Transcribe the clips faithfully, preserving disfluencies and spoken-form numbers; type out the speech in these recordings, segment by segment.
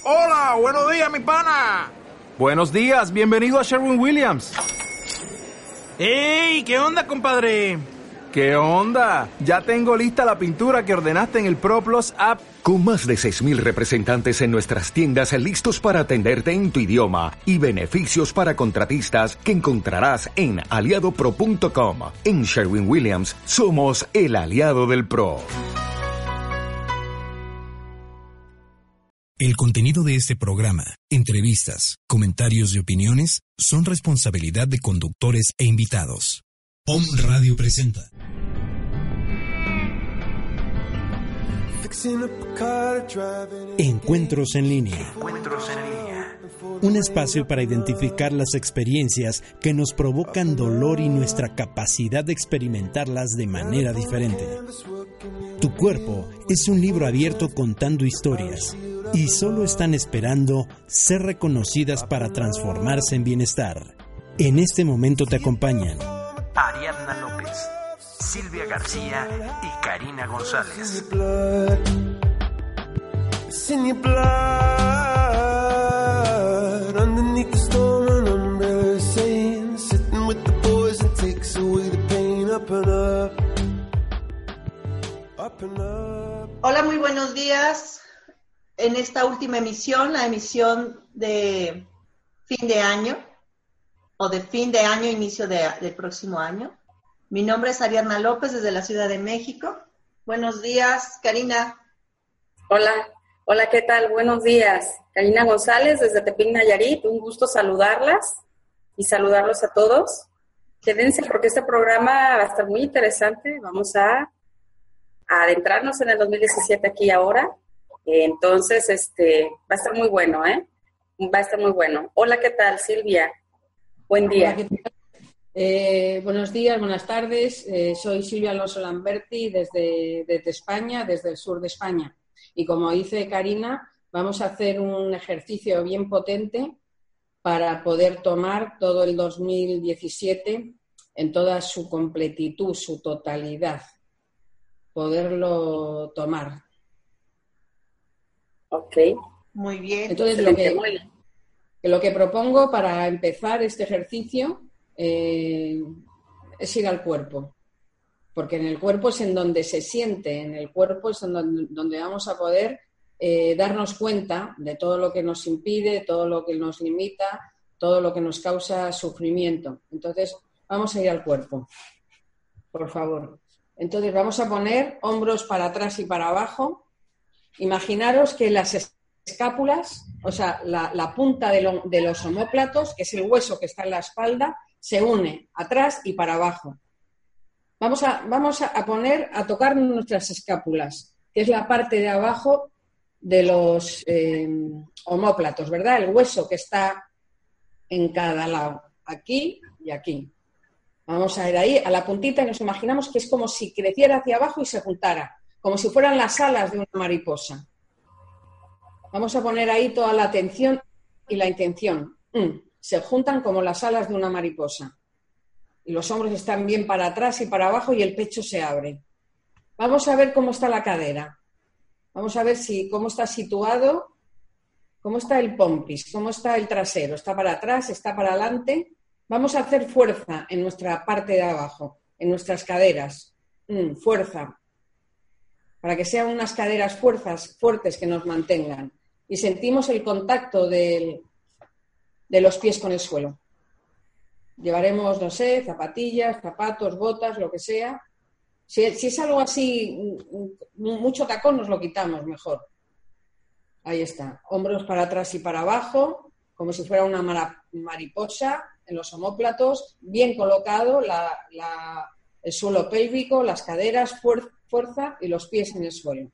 Hola, buenos días, mi pana. Buenos días, bienvenido a Sherwin-Williams. ¡Ey! ¿Qué onda, compadre? ¿Qué onda? Ya tengo lista la pintura que ordenaste en el ProPlus app. Con más de seis mil representantes en nuestras tiendas listos para atenderte en tu idioma y beneficios para contratistas que encontrarás en aliado pro punto com. En Sherwin-Williams somos el aliado del pro. El contenido de este programa, entrevistas, comentarios y opiniones son responsabilidad de conductores e invitados. P O M Radio presenta. Encuentros en línea. Encuentros en línea. Un espacio para identificar las experiencias que nos provocan dolor y nuestra capacidad de experimentarlas de manera diferente. Tu cuerpo es un libro abierto contando historias y solo están esperando ser reconocidas para transformarse en bienestar. En este momento te acompañan Ariadna López, Silvia García y Karina González. Hola, muy buenos días. En esta última emisión, la emisión de fin de año, o de fin de año, inicio de, del próximo año. Mi nombre es Ariadna López, desde la Ciudad de México. Buenos días, Karina. Hola, hola, ¿qué tal? Buenos días. Karina González, desde Tepic, Nayarit. Un gusto saludarlas y saludarlos a todos. Quédense porque este programa va a estar muy interesante. Vamos a, a adentrarnos en el dos mil diecisiete aquí y ahora. Entonces, este, va a estar muy bueno, ¿eh? Va a estar muy bueno. Hola, ¿qué tal, Silvia? Buen día. Hola, ¿qué tal? Eh, buenos días, buenas tardes. Eh, soy Silvia Alonso Lamberti desde, desde España, desde el sur de España. Y como dice Karina, vamos a hacer un ejercicio bien potente para poder tomar todo el dos mil diecisiete en toda su completitud, su totalidad. Poderlo tomar. Ok. Muy bien. Entonces, lo que, lo que propongo para empezar este ejercicio eh, es ir al cuerpo. Porque en el cuerpo es en donde se siente, en el cuerpo es en donde, donde vamos a poder eh, darnos cuenta de todo lo que nos impide, todo lo que nos limita, todo lo que nos causa sufrimiento. Entonces, vamos a ir al cuerpo, por favor. Entonces, vamos a poner hombros para atrás y para abajo. Imaginaros que las escápulas, o sea, la, la punta de, lo, de los omóplatos, que es el hueso que está en la espalda, se une atrás y para abajo. Vamos a, vamos a poner, a tocar nuestras escápulas, que es la parte de abajo de los eh, omóplatos, ¿verdad? El hueso que está en cada lado, aquí y aquí. Vamos a ir ahí a la puntita y nos imaginamos que es como si creciera hacia abajo y se juntara, como si fueran las alas de una mariposa. Vamos a poner ahí toda la atención y la intención. Mm, se juntan como las alas de una mariposa. Y los hombros están bien para atrás y para abajo y el pecho se abre. Vamos a ver cómo está la cadera. Vamos a ver si cómo está situado, cómo está el pompis, cómo está el trasero. ¿Está para atrás? ¿Está para adelante? Vamos a hacer fuerza en nuestra parte de abajo, en nuestras caderas. Mm, fuerza. Para que sean unas caderas fuerzas, fuertes que nos mantengan. Y sentimos el contacto del, de los pies con el suelo. Llevaremos, no sé, zapatillas, zapatos, botas, lo que sea. Si, si es algo así, mucho tacón, nos lo quitamos mejor. Ahí está. Hombros para atrás y para abajo, como si fuera una mara, mariposa en los omóplatos, bien colocado, la, la, el suelo pélvico, las caderas, fuer, fuerza y los pies en el suelo.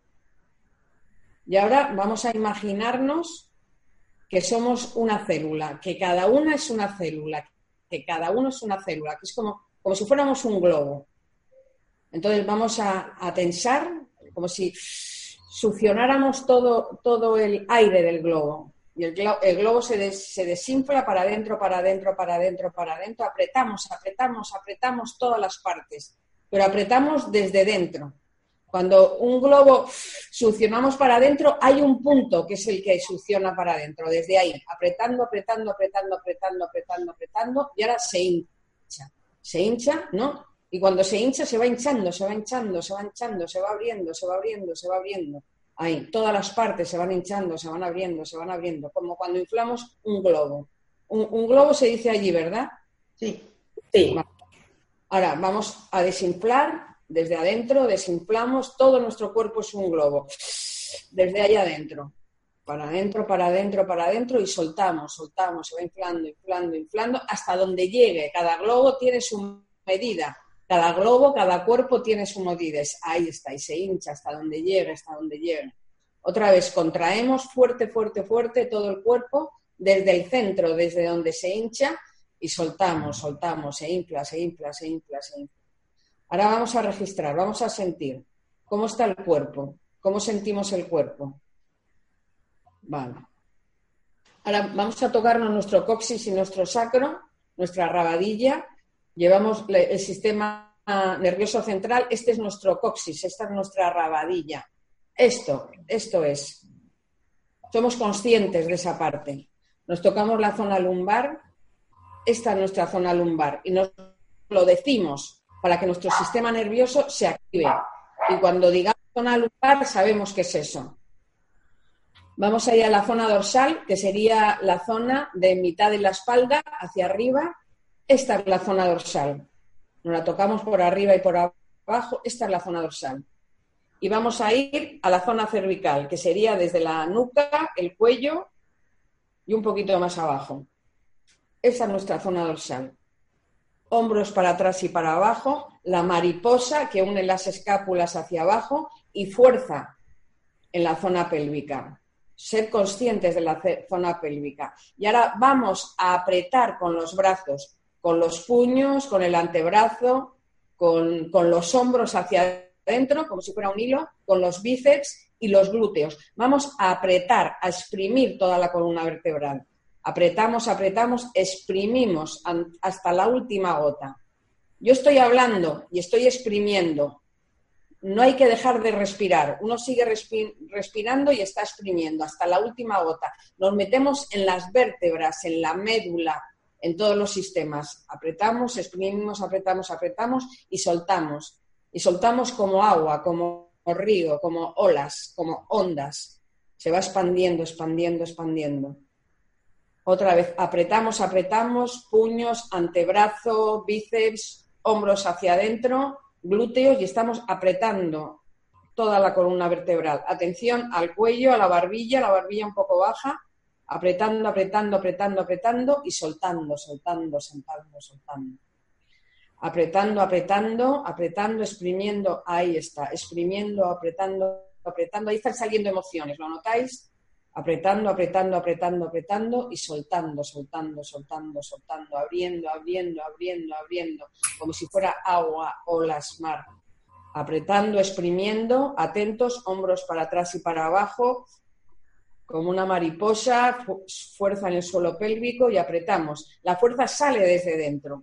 Y ahora vamos a imaginarnos que somos una célula, que cada una es una célula, que cada uno es una célula, que es como, como si fuéramos un globo. Entonces vamos a, a tensar, como si succionáramos todo, todo el aire del globo. Y el, glo- el globo se, des- se desinfla para adentro, para adentro, para adentro, para adentro. Apretamos, apretamos, apretamos todas las partes, pero apretamos desde dentro. Cuando un globo succionamos para adentro, hay un punto que es el que succiona para adentro. Desde ahí, apretando, apretando, apretando, apretando, apretando, apretando, y ahora se hincha. Se hincha, ¿no? Y cuando se hincha, se va hinchando, se va hinchando, se va hinchando, se va abriendo, se va abriendo, se va abriendo. Ahí, todas las partes se van hinchando, se van abriendo, se van abriendo, como cuando inflamos un globo. Un, un globo se dice allí, ¿verdad? Sí. Sí. Vale. Ahora, vamos a desinflar. Desde adentro desinflamos, todo nuestro cuerpo es un globo. Desde ahí adentro. Para adentro, para adentro, para adentro y soltamos, soltamos, se va inflando, inflando, inflando, hasta donde llegue. Cada globo tiene su medida. Cada globo, cada cuerpo tiene su medida. Ahí está, y se hincha hasta donde llegue, hasta donde llegue. Otra vez, contraemos fuerte, fuerte, fuerte todo el cuerpo, desde el centro, desde donde se hincha, y soltamos, soltamos, se infla, se infla, se infla, se infla. Ahora vamos a registrar, vamos a sentir cómo está el cuerpo, cómo sentimos el cuerpo. Vale. Ahora vamos a tocarnos nuestro coxis y nuestro sacro, nuestra rabadilla. Llevamos el sistema nervioso central, este es nuestro coxis, esta es nuestra rabadilla. Esto, esto es. Somos conscientes de esa parte. Nos tocamos la zona lumbar, esta es nuestra zona lumbar y nos lo decimos para que nuestro sistema nervioso se active. Y cuando digamos zona lumbar, sabemos qué es eso. Vamos a ir a la zona dorsal, que sería la zona de mitad de la espalda hacia arriba. Esta es la zona dorsal. Nos la tocamos por arriba y por abajo. Esta es la zona dorsal. Y vamos a ir a la zona cervical, que sería desde la nuca, el cuello y un poquito más abajo. Esa es nuestra zona dorsal. Hombros para atrás y para abajo, la mariposa que une las escápulas hacia abajo y fuerza en la zona pélvica. Ser conscientes de la zona pélvica. Y ahora vamos a apretar con los brazos, con los puños, con el antebrazo, con, con los hombros hacia adentro, como si fuera un hilo, con los bíceps y los glúteos. Vamos a apretar, a exprimir toda la columna vertebral. Apretamos, apretamos, exprimimos hasta la última gota. Yo estoy hablando y estoy exprimiendo. No hay que dejar de respirar. Uno sigue respi- respirando y está exprimiendo hasta la última gota. Nos metemos en las vértebras, en la médula, en todos los sistemas. Apretamos, exprimimos, apretamos, apretamos y soltamos. Y soltamos como agua, como río, como olas, como ondas. Se va expandiendo, expandiendo, expandiendo. Otra vez, apretamos, apretamos, puños, antebrazo, bíceps, hombros hacia adentro, glúteos y estamos apretando toda la columna vertebral. Atención al cuello, a la barbilla, la barbilla un poco baja, apretando, apretando, apretando, apretando y soltando, soltando, soltando, soltando. Apretando, apretando, apretando, exprimiendo, ahí está, exprimiendo, apretando, apretando, ahí están saliendo emociones, ¿lo notáis? Apretando, apretando, apretando, apretando y soltando, soltando, soltando, soltando, abriendo, abriendo, abriendo, abriendo, como si fuera agua, olas, mar. Apretando, exprimiendo, atentos, hombros para atrás y para abajo, como una mariposa, fu- fuerza en el suelo pélvico y apretamos. La fuerza sale desde dentro.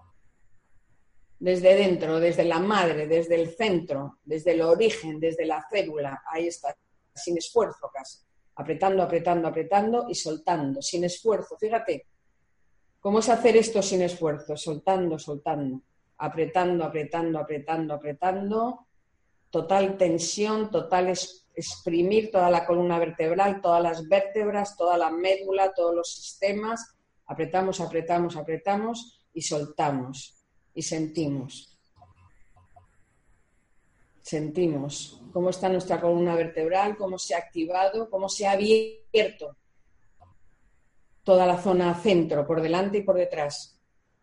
Desde dentro, desde la madre, desde el centro, desde el origen, desde la célula. Ahí está, sin esfuerzo casi. Apretando, apretando, apretando y soltando, sin esfuerzo. Fíjate, ¿cómo es hacer esto sin esfuerzo? Soltando, soltando, apretando, apretando, apretando, apretando. Total tensión, total es, exprimir toda la columna vertebral, todas las vértebras, toda la médula, todos los sistemas. Apretamos, apretamos, apretamos y soltamos. Y sentimos. Sentimos cómo está nuestra columna vertebral, cómo se ha activado, cómo se ha abierto toda la zona centro, por delante y por detrás.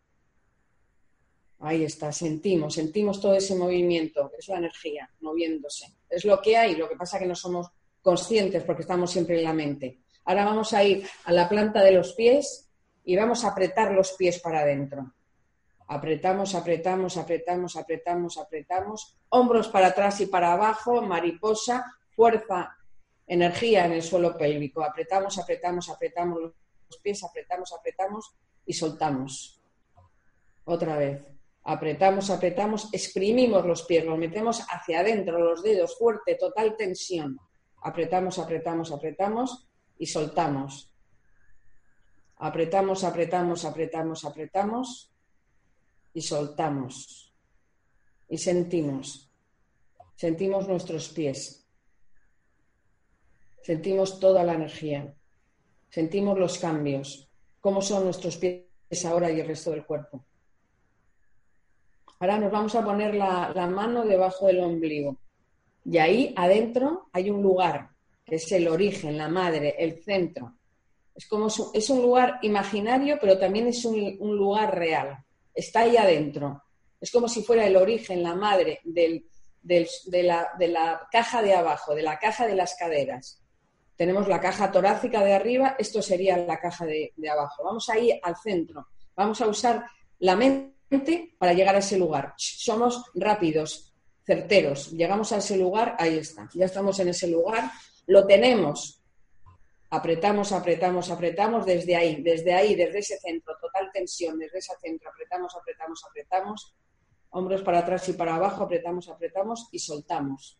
Ahí está, sentimos, sentimos todo ese movimiento, es la energía moviéndose. Es lo que hay, lo que pasa es que no somos conscientes porque estamos siempre en la mente. Ahora vamos a ir a la planta de los pies y vamos a apretar los pies para adentro. Apretamos, apretamos, apretamos, apretamos, apretamos. Hombros para atrás y para abajo, mariposa, fuerza, energía en el suelo pélvico. Apretamos, apretamos, apretamos los pies, apretamos, apretamos y soltamos. Otra vez. Apretamos, apretamos, exprimimos los pies, los metemos hacia adentro, los dedos, fuerte, total tensión. Apretamos, apretamos, apretamos y soltamos. Apretamos, apretamos, apretamos, apretamos y soltamos. Y sentimos. Sentimos nuestros pies. Sentimos toda la energía. Sentimos los cambios. Cómo son nuestros pies ahora y el resto del cuerpo. Ahora nos vamos a poner la, la mano debajo del ombligo. Y ahí adentro hay un lugar, que es el origen, la madre, el centro. Es como su, es un lugar imaginario, pero también es un, un lugar real. Está ahí adentro. Es como si fuera el origen, la madre del, del, de, la, de la caja de abajo, de la caja de las caderas. Tenemos la caja torácica de arriba, esto sería la caja de, de abajo. Vamos ahí al centro. Vamos a usar la mente para llegar a ese lugar. Somos rápidos, certeros. Llegamos a ese lugar, ahí está. Ya estamos en ese lugar. Lo tenemos. Apretamos, apretamos, apretamos desde ahí, desde ahí, desde ese centro. Total tensión, desde ese centro. Apretamos, apretamos, apretamos. Hombros para atrás y para abajo. Apretamos, apretamos y soltamos.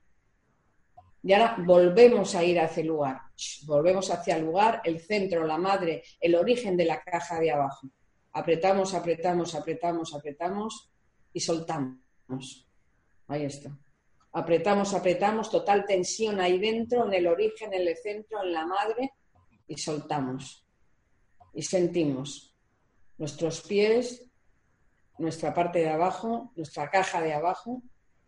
Y ahora volvemos a ir hacia el lugar. Volvemos hacia el lugar, el centro, la madre, el origen de la caja de abajo. Apretamos, apretamos, apretamos, apretamos y soltamos. Ahí está. Apretamos, apretamos, total tensión ahí dentro, en el origen, en el centro, en la madre y soltamos. Y sentimos nuestros pies, nuestra parte de abajo, nuestra caja de abajo.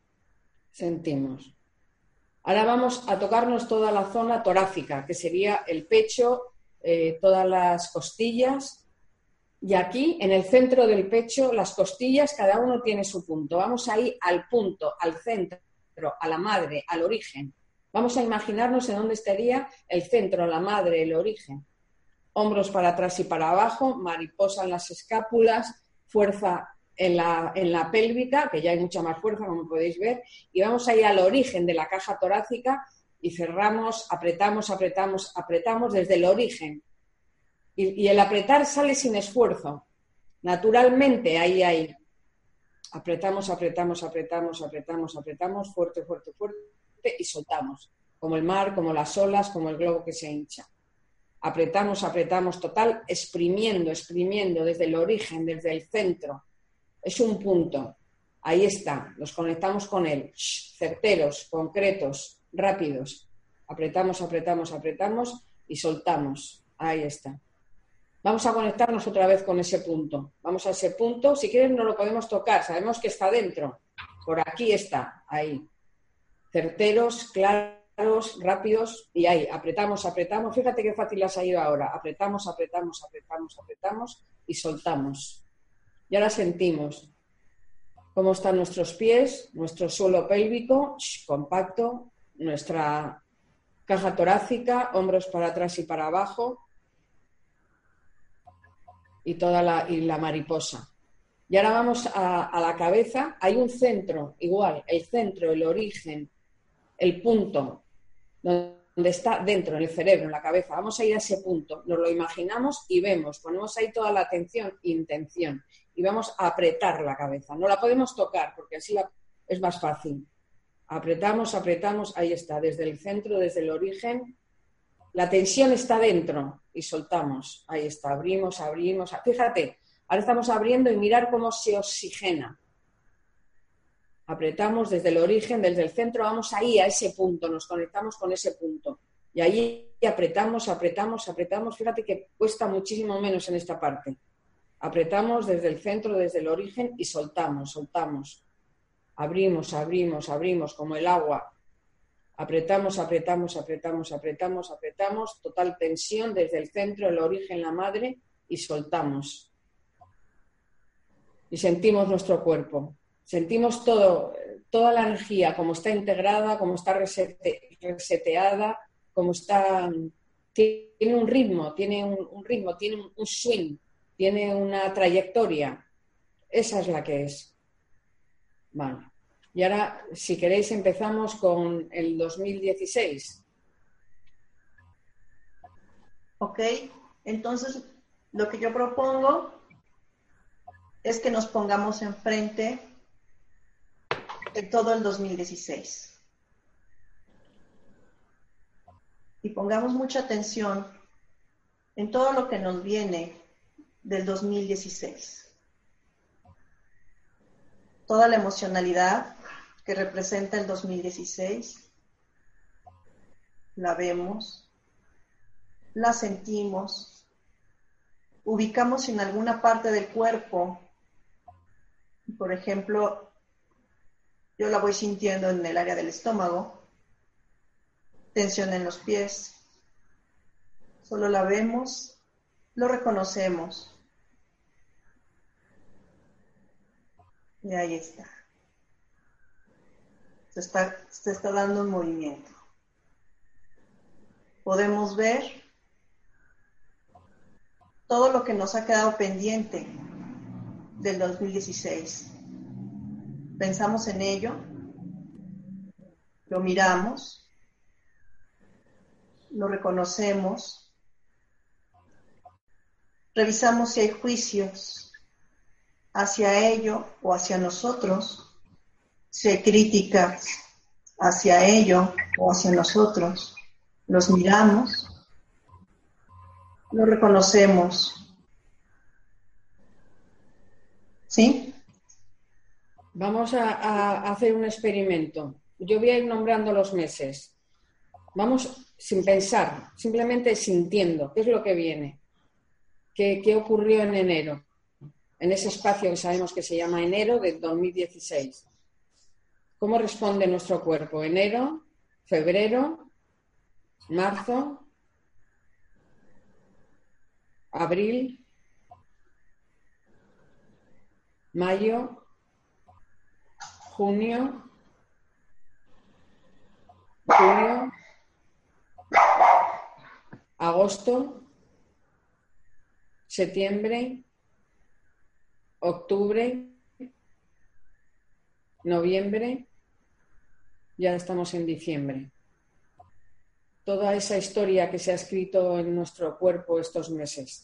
Sentimos. Ahora vamos a tocarnos toda la zona torácica, que sería el pecho, eh, todas las costillas. Y aquí, en el centro del pecho, las costillas, cada uno tiene su punto. Vamos ahí al punto, al centro, a la madre, al origen. Vamos a imaginarnos en dónde estaría el centro, la madre, el origen. Hombros para atrás y para abajo, mariposa en las escápulas, fuerza en la, en la pélvica, que ya hay mucha más fuerza, como podéis ver. Y vamos ahí al origen de la caja torácica y cerramos, apretamos, apretamos, apretamos desde el origen. Y, y el apretar sale sin esfuerzo. Naturalmente, ahí, ahí. Apretamos, apretamos, apretamos, apretamos, apretamos, fuerte, fuerte, fuerte, y soltamos. Como el mar, como las olas, como el globo que se hincha. Apretamos, apretamos, total, exprimiendo, exprimiendo desde el origen, desde el centro. Es un punto. Ahí está. Nos conectamos con él. Certeros, concretos, rápidos. Apretamos, apretamos, apretamos y soltamos. Ahí está. Vamos a conectarnos otra vez con ese punto. Vamos a ese punto. Si quieren no lo podemos tocar. Sabemos que está dentro. Por aquí está. Ahí. Certeros, claros, rápidos. Y ahí. Apretamos, apretamos. Fíjate qué fácil has ido ahora. Apretamos, apretamos, apretamos, apretamos y soltamos. Y ahora sentimos cómo están nuestros pies, nuestro suelo pélvico, compacto, nuestra caja torácica, hombros para atrás y para abajo. Y toda la, y la mariposa. Y ahora vamos a, a la cabeza. Hay un centro, igual, el centro, el origen, el punto, donde está dentro, en el cerebro, en la cabeza. Vamos a ir a ese punto. Nos lo imaginamos y vemos. Ponemos ahí toda la atención, intención. Y vamos a apretar la cabeza. No la podemos tocar porque así la, es más fácil. Apretamos, apretamos. Ahí está, desde el centro, desde el origen. La tensión está dentro y soltamos. Ahí está, abrimos, abrimos. Fíjate, ahora estamos abriendo y mirar cómo se oxigena. Apretamos desde el origen, desde el centro, vamos ahí a ese punto, nos conectamos con ese punto. Y ahí apretamos, apretamos, apretamos. Fíjate que cuesta muchísimo menos en esta parte. Apretamos desde el centro, desde el origen y soltamos, soltamos. Abrimos, abrimos, abrimos como el agua. Apretamos, apretamos, apretamos, apretamos, apretamos, total tensión desde el centro, el origen, la madre, y soltamos. Y sentimos nuestro cuerpo. Sentimos todo, toda la energía, como está integrada, como está resete, reseteada, como está... Tiene un ritmo, tiene un, un ritmo, tiene un, un swing, tiene una trayectoria. Esa es la que es. Vale. Y ahora, si queréis, empezamos con el dos mil dieciséis. Ok, entonces lo que yo propongo es que nos pongamos enfrente de todo el dos mil dieciséis. Y pongamos mucha atención en todo lo que nos viene del dos mil dieciséis. Toda la emocionalidad que representa el dos mil dieciséis, la vemos, la sentimos, ubicamos en alguna parte del cuerpo. Por ejemplo, yo la voy sintiendo en el área del estómago, tensión en los pies. Solo la vemos, lo reconocemos. Y ahí está. Se está, se está dando un movimiento. Podemos ver todo lo que nos ha quedado pendiente del dos mil dieciséis. Pensamos en ello, lo miramos, lo reconocemos, revisamos si hay juicios hacia ello o hacia nosotros, si hay críticas hacia ello o hacia nosotros, los miramos, lo reconocemos. ¿Sí? Vamos a, a hacer un experimento. Yo voy a ir nombrando los meses. Vamos sin pensar, simplemente sintiendo qué es lo que viene, qué, qué ocurrió en enero, en ese espacio que sabemos que se llama enero de dos mil dieciséis. ¿Cómo responde nuestro cuerpo? Enero, febrero, marzo, abril, mayo, junio, julio, agosto, septiembre, octubre, noviembre, ya estamos en diciembre. Toda esa historia que se ha escrito en nuestro cuerpo estos meses.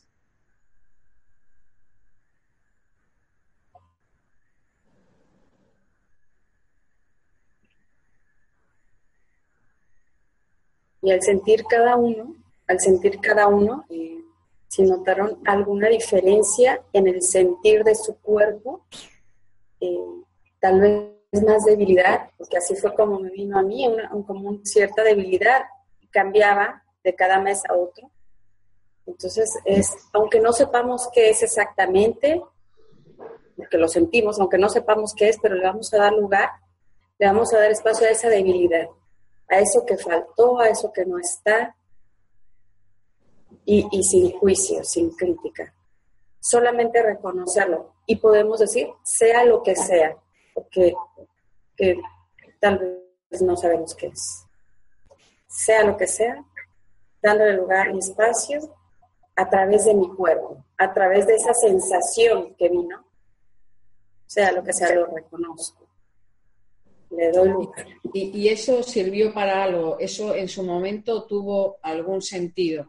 Y al sentir cada uno, al sentir cada uno, eh, si notaron alguna diferencia en el sentir de su cuerpo, eh, tal vez más debilidad, porque así fue como me vino a mí, una, como una cierta debilidad, cambiaba de cada mes a otro. Entonces, es, aunque no sepamos qué es exactamente, porque lo sentimos, aunque no sepamos qué es, pero le vamos a dar lugar, le vamos a dar espacio a esa debilidad, a eso que faltó, a eso que no está, y, y sin juicio, sin crítica. Solamente reconocerlo. Y podemos decir, sea lo que sea, porque que tal vez no sabemos qué es. Sea lo que sea, dándole lugar y espacio a través de mi cuerpo, a través de esa sensación que vino, sea lo que sea, lo reconozco. Le doy lugar. Y, y eso sirvió para algo, eso en su momento tuvo algún sentido.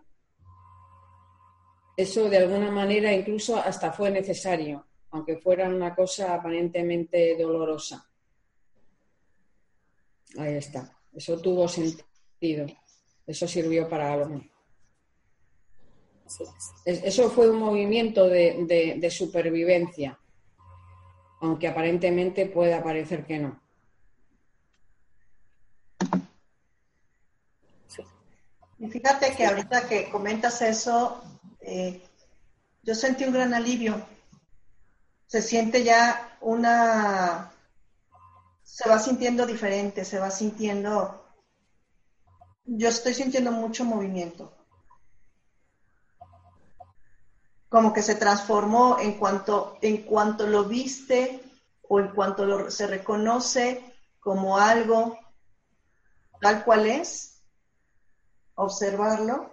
Eso de alguna manera incluso hasta fue necesario, aunque fuera una cosa aparentemente dolorosa. Ahí está, eso tuvo sentido, eso sirvió para algo. Eso fue un movimiento de, de, de supervivencia, aunque aparentemente pueda parecer que no. Y fíjate que ahorita que comentas eso, eh, yo sentí un gran alivio. Se siente ya una... se va sintiendo diferente, se va sintiendo... Yo estoy sintiendo mucho movimiento. Como que se transformó en cuanto, en cuanto lo viste o en cuanto lo, se reconoce como algo tal cual es, observarlo.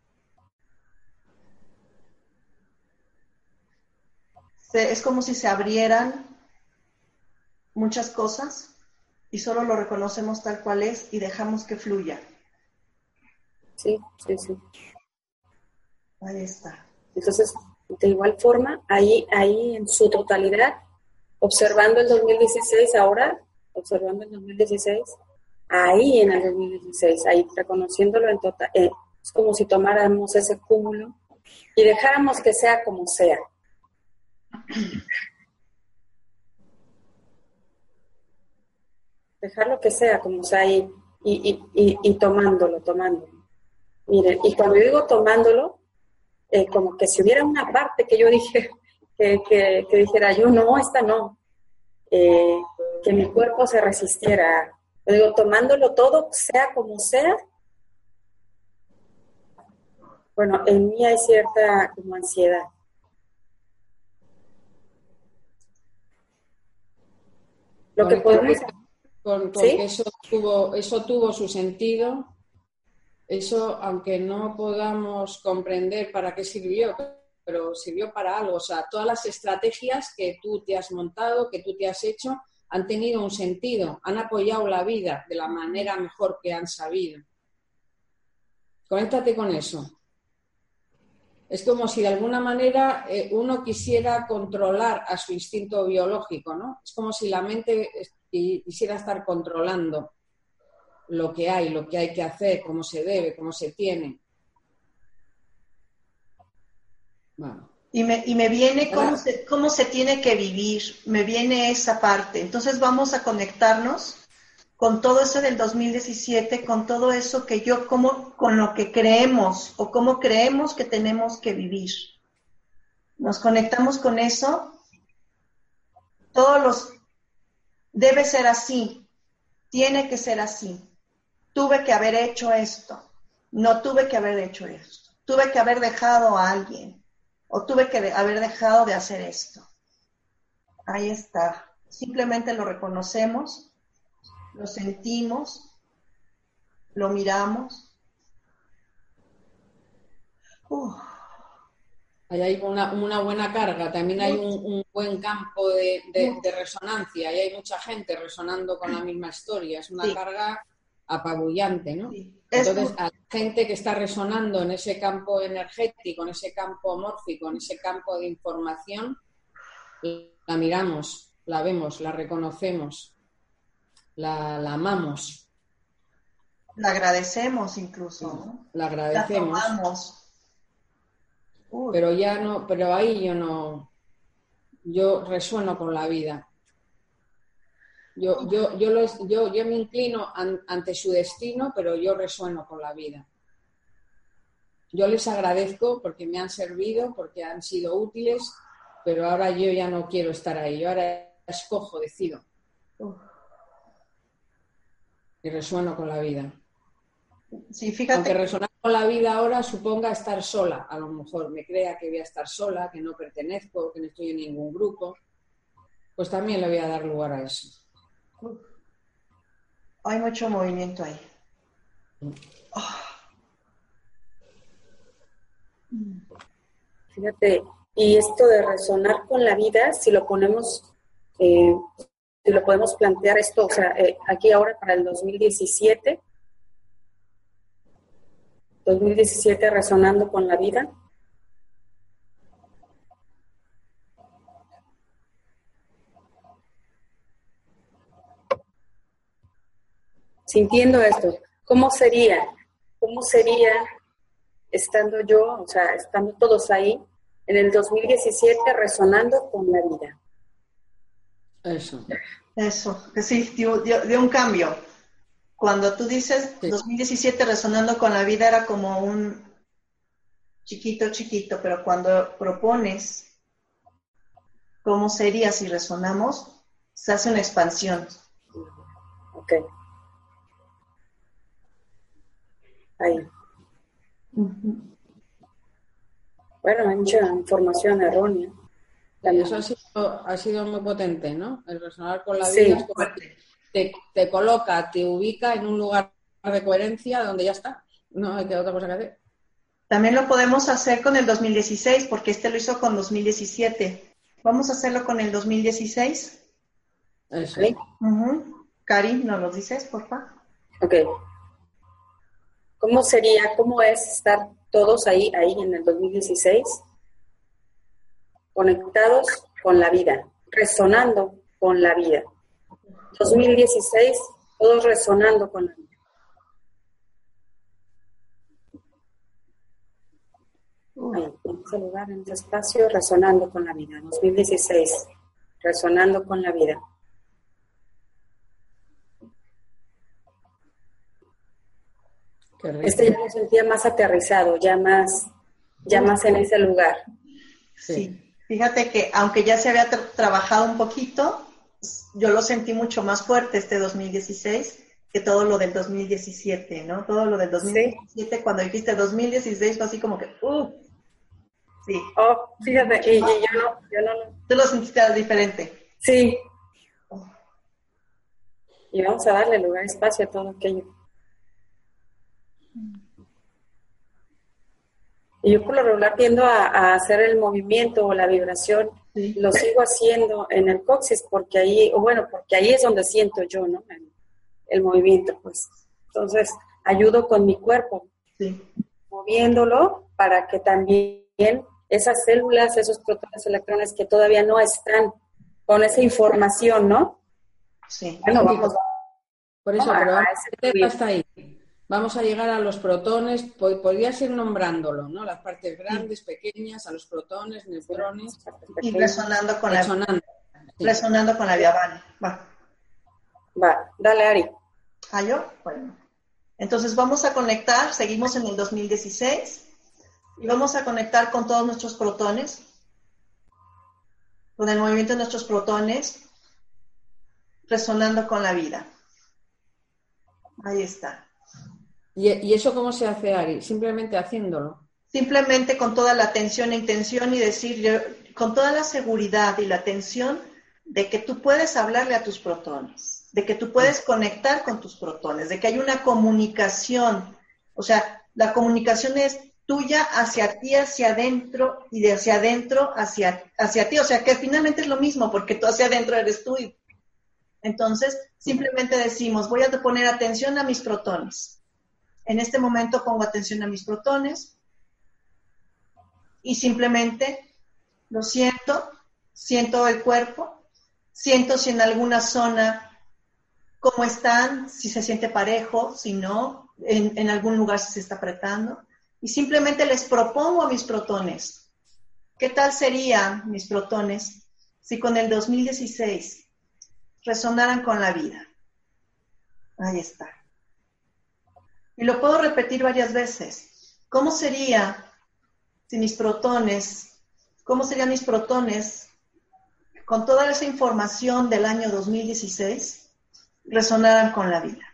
Se, es como si se abrieran muchas cosas y solo lo reconocemos tal cual es y dejamos que fluya. Sí, sí, sí. Ahí está. Entonces, De igual forma, ahí, ahí en su totalidad, observando el dos mil dieciséis ahora, observando el dos mil dieciséis, ahí en el dos mil dieciséis, ahí reconociéndolo en total, eh, es como si tomáramos ese cúmulo y dejáramos que sea como sea. Dejarlo que sea como sea ahí y, y, y, y tomándolo, tomándolo. Miren, y cuando digo tomándolo, eh, como que si hubiera una parte que yo dije, que, que, que dijera yo, no, esta no, eh, que mi cuerpo se resistiera. Yo digo, tomándolo todo, sea como sea. Bueno, en mí hay cierta como ansiedad. Lo que podemos... Con, con ¿Sí? que eso tuvo, eso tuvo su sentido, eso, aunque no podamos comprender para qué sirvió, pero sirvió para algo. O sea, todas las estrategias que tú te has montado, que tú te has hecho, han tenido un sentido, han apoyado la vida de la manera mejor que han sabido. Conéctate con eso. Es como si de alguna manera eh, uno quisiera controlar a su instinto biológico, ¿no? Es como si la mente quisiera estar controlando lo que hay, lo que hay que hacer, cómo se debe, cómo se tiene. Bueno. Y me, y me viene cómo se, cómo se tiene que vivir, me viene esa parte. Entonces vamos a conectarnos con todo eso del dos mil diecisiete, con todo eso que yo, como, con lo que creemos o cómo creemos que tenemos que vivir. Nos conectamos con eso. Todos los... Debe ser así, tiene que ser así. Tuve que haber hecho esto, no tuve que haber hecho esto. Tuve que haber dejado a alguien o tuve que de- haber dejado de hacer esto. Ahí está. Simplemente lo reconocemos, lo sentimos, lo miramos. Uh. Ahí hay una, una buena carga, también hay un, un buen campo de, de, de resonancia y hay mucha gente resonando con la misma historia. Es una Sí. carga apabullante, ¿no? Sí. Es Entonces, muy- a la gente que está resonando en ese campo energético, en ese campo mórfico, en ese campo de información, la miramos, la vemos, la reconocemos, la, la amamos, la agradecemos incluso, ¿no? la La agradecemos. tomamos. Uy. Pero ya no, pero ahí yo no, yo resueno con la vida. Yo, yo, yo, los, yo, yo me inclino an, ante su destino, pero yo resueno con la vida. Yo les agradezco porque me han servido, porque han sido útiles, pero ahora yo ya no quiero estar ahí. Yo ahora escojo, decido. Uf. Y resueno con la vida. Sí, fíjate. Aunque resonar con la vida ahora suponga estar sola, a lo mejor me crea que voy a estar sola, que no pertenezco, que no estoy en ningún grupo, pues también le voy a dar lugar a eso. Uf. Hay mucho movimiento ahí. Oh. Fíjate, y esto de resonar con la vida, si lo ponemos, eh, si lo podemos plantear esto, o sea, eh, aquí ahora para el dos mil diecisiete, dos mil diecisiete resonando con la vida. Sintiendo esto, ¿cómo sería? ¿Cómo sería estando yo, o sea, estando todos ahí, en el dos mil diecisiete resonando con la vida? Eso. Eso, que sí, dio, dio, dio un cambio. Cuando tú dices Sí. dos mil diecisiete resonando con la vida era como un chiquito, chiquito, pero cuando propones cómo sería si resonamos, se hace una expansión. Ok. Ahí. Uh-huh. Bueno, hay mucha información errónea. Y eso ha sido, ha sido muy potente, ¿no? El resonar con la Sí. vida es como que te, te coloca, te ubica en un lugar de coherencia donde ya está. No hay que otra cosa que hacer. También lo podemos hacer con el dos mil dieciséis, porque este lo hizo con dos mil diecisiete. Vamos a hacerlo con el dos mil dieciséis. Eso. ¿Sí? Uh-huh. Cari, ¿nos lo dices, por favor? Ok. ¿Cómo sería, cómo es estar todos ahí, ahí en el dos mil dieciséis? conectados con la vida, resonando con la vida. dos mil dieciséis, todos resonando con la vida. Ahí, en ese lugar, en ese espacio, resonando con la vida. dos mil dieciséis, resonando con la vida. Este ya lo sentía más aterrizado, ya más, ya más en ese lugar. Sí, fíjate que aunque ya se había tra- trabajado un poquito, yo lo sentí mucho más fuerte este dos mil dieciséis que todo lo del dos mil diecisiete, ¿no? Todo lo del dos mil diecisiete, sí. Cuando dijiste dos mil dieciséis fue así como que, ¡uh! Sí. Oh, fíjate, y, y yo no, yo no, no. Tú lo sentiste diferente. Sí. Y vamos a darle lugar, espacio a todo aquello. Y yo por lo regular tiendo a, a hacer el movimiento o la vibración, sí. Lo sigo haciendo en el coxis porque ahí, o bueno, porque ahí es donde siento yo, ¿no? El, el movimiento, pues. Entonces, ayudo con mi cuerpo, sí. Moviéndolo para que también esas células, esos protones, electrones que todavía no están con esa información, ¿no? Sí. Bueno, vamos. Por eso, pero vamos, hasta ahí. Vamos a llegar a los protones, podrías ir nombrándolo, ¿no? Las partes grandes, pequeñas, a los protones, neutrones. Y resonando con resonando, la sí. Resonando con la vida, vale. Va. Va, dale, Ari. ¿Ah, yo? Bueno. Entonces vamos a conectar, seguimos en el dos mil dieciséis, y vamos a conectar con todos nuestros protones, con el movimiento de nuestros protones, resonando con la vida. Ahí está. ¿Y eso cómo se hace, Ari? Simplemente haciéndolo. Simplemente con toda la atención e intención y decir, con toda la seguridad y la atención de que tú puedes hablarle a tus protones, de que tú puedes conectar con tus protones, de que hay una comunicación. O sea, la comunicación es tuya hacia ti, hacia adentro, y de hacia adentro hacia, hacia ti. O sea, que finalmente es lo mismo, porque tú hacia adentro eres tú. Entonces, simplemente decimos, voy a poner atención a mis protones. En este momento pongo atención a mis protones y simplemente lo siento, siento el cuerpo, siento si en alguna zona cómo están, si se siente parejo, si no, en, en algún lugar si se está apretando. Y simplemente les propongo a mis protones, ¿qué tal serían mis protones si con el dos mil dieciséis resonaran con la vida? Ahí está. Y lo puedo repetir varias veces. ¿Cómo sería si mis protones, cómo serían mis protones con toda esa información del año dos mil dieciséis resonaran con la vida?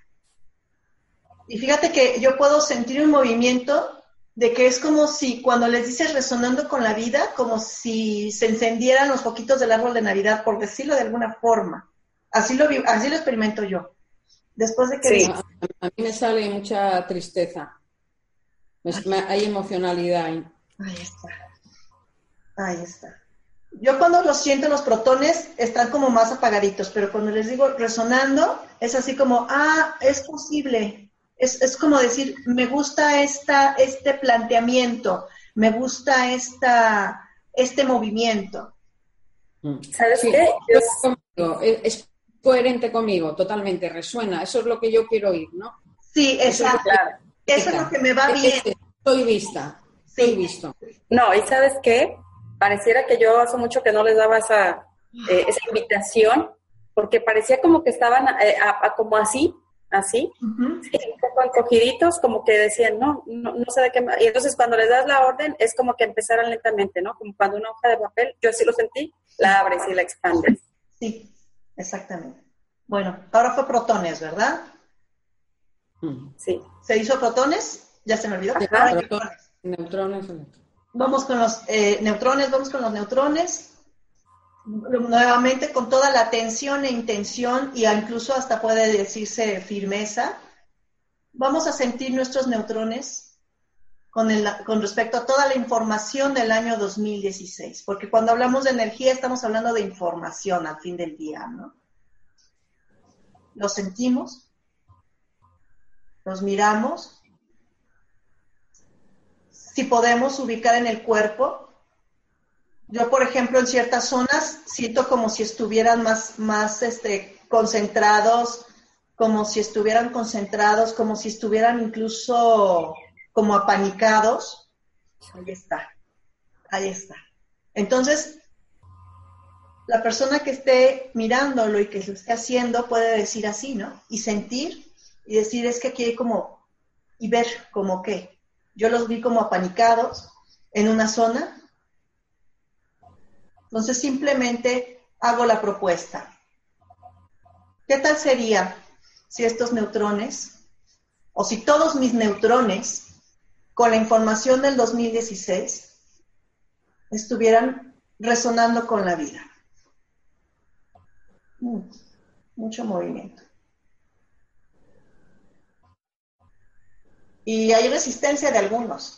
Y fíjate que yo puedo sentir un movimiento de que es como si cuando les dices resonando con la vida, como si se encendieran los foquitos del árbol de Navidad, por decirlo de alguna forma. Así lo, así lo experimento yo. Después de que... Sí, a, a mí me sale mucha tristeza. Me, me, hay emocionalidad ahí. Ahí está. Ahí está. Yo cuando lo siento, los protones están como más apagaditos, pero cuando les digo resonando, es así como, ah, es posible. Es, es como decir, me gusta esta, este planteamiento, me gusta esta, este movimiento. ¿Sabes sí, qué? Yo... Es, es coherente conmigo, totalmente, resuena. Eso es lo que yo quiero oír, ¿no? Sí, exacto. Eso es lo que me va bien. Estoy vista, estoy sí. visto. No, ¿y sabes qué? Pareciera que yo hace mucho que no les daba esa, eh, esa invitación, porque parecía como que estaban eh, a, a, como así, así, uh-huh. Sí, un poco encogiditos, como que decían, no, no, no sé de qué más. Y entonces cuando les das la orden, es como que empezaran lentamente, ¿no? Como cuando una hoja de papel, yo así lo sentí, la abres y la expandes. Sí. Exactamente. Bueno, ahora fue protones, ¿verdad? Sí. ¿Se hizo protones? Ya se me olvidó. Ajá, ahora neutrones. neutrones. Vamos con los eh, neutrones, vamos con los neutrones. Nuevamente con toda la atención e intención, y incluso hasta puede decirse firmeza. Vamos a sentir nuestros neutrones con, el, con respecto a toda la información del año dos mil dieciséis, porque cuando hablamos de energía estamos hablando de información al fin del día, ¿no? Los sentimos, los miramos, si podemos ubicar en el cuerpo, Yo, por ejemplo, en ciertas zonas siento como si estuvieran más, más este, concentrados, como si estuvieran concentrados, como si estuvieran incluso como apanicados. Ahí está, ahí está. Entonces, la persona que esté mirándolo y que lo esté haciendo puede decir así, ¿no? Y sentir y decir, es que aquí hay como, y ver como que yo los vi como apanicados en una zona. Entonces simplemente hago la propuesta. ¿Qué tal sería si estos neutrones, o si todos mis neutrones, con la información del dos mil dieciséis, estuvieran resonando con la vida? Mm, mucho movimiento. Y hay resistencia de algunos.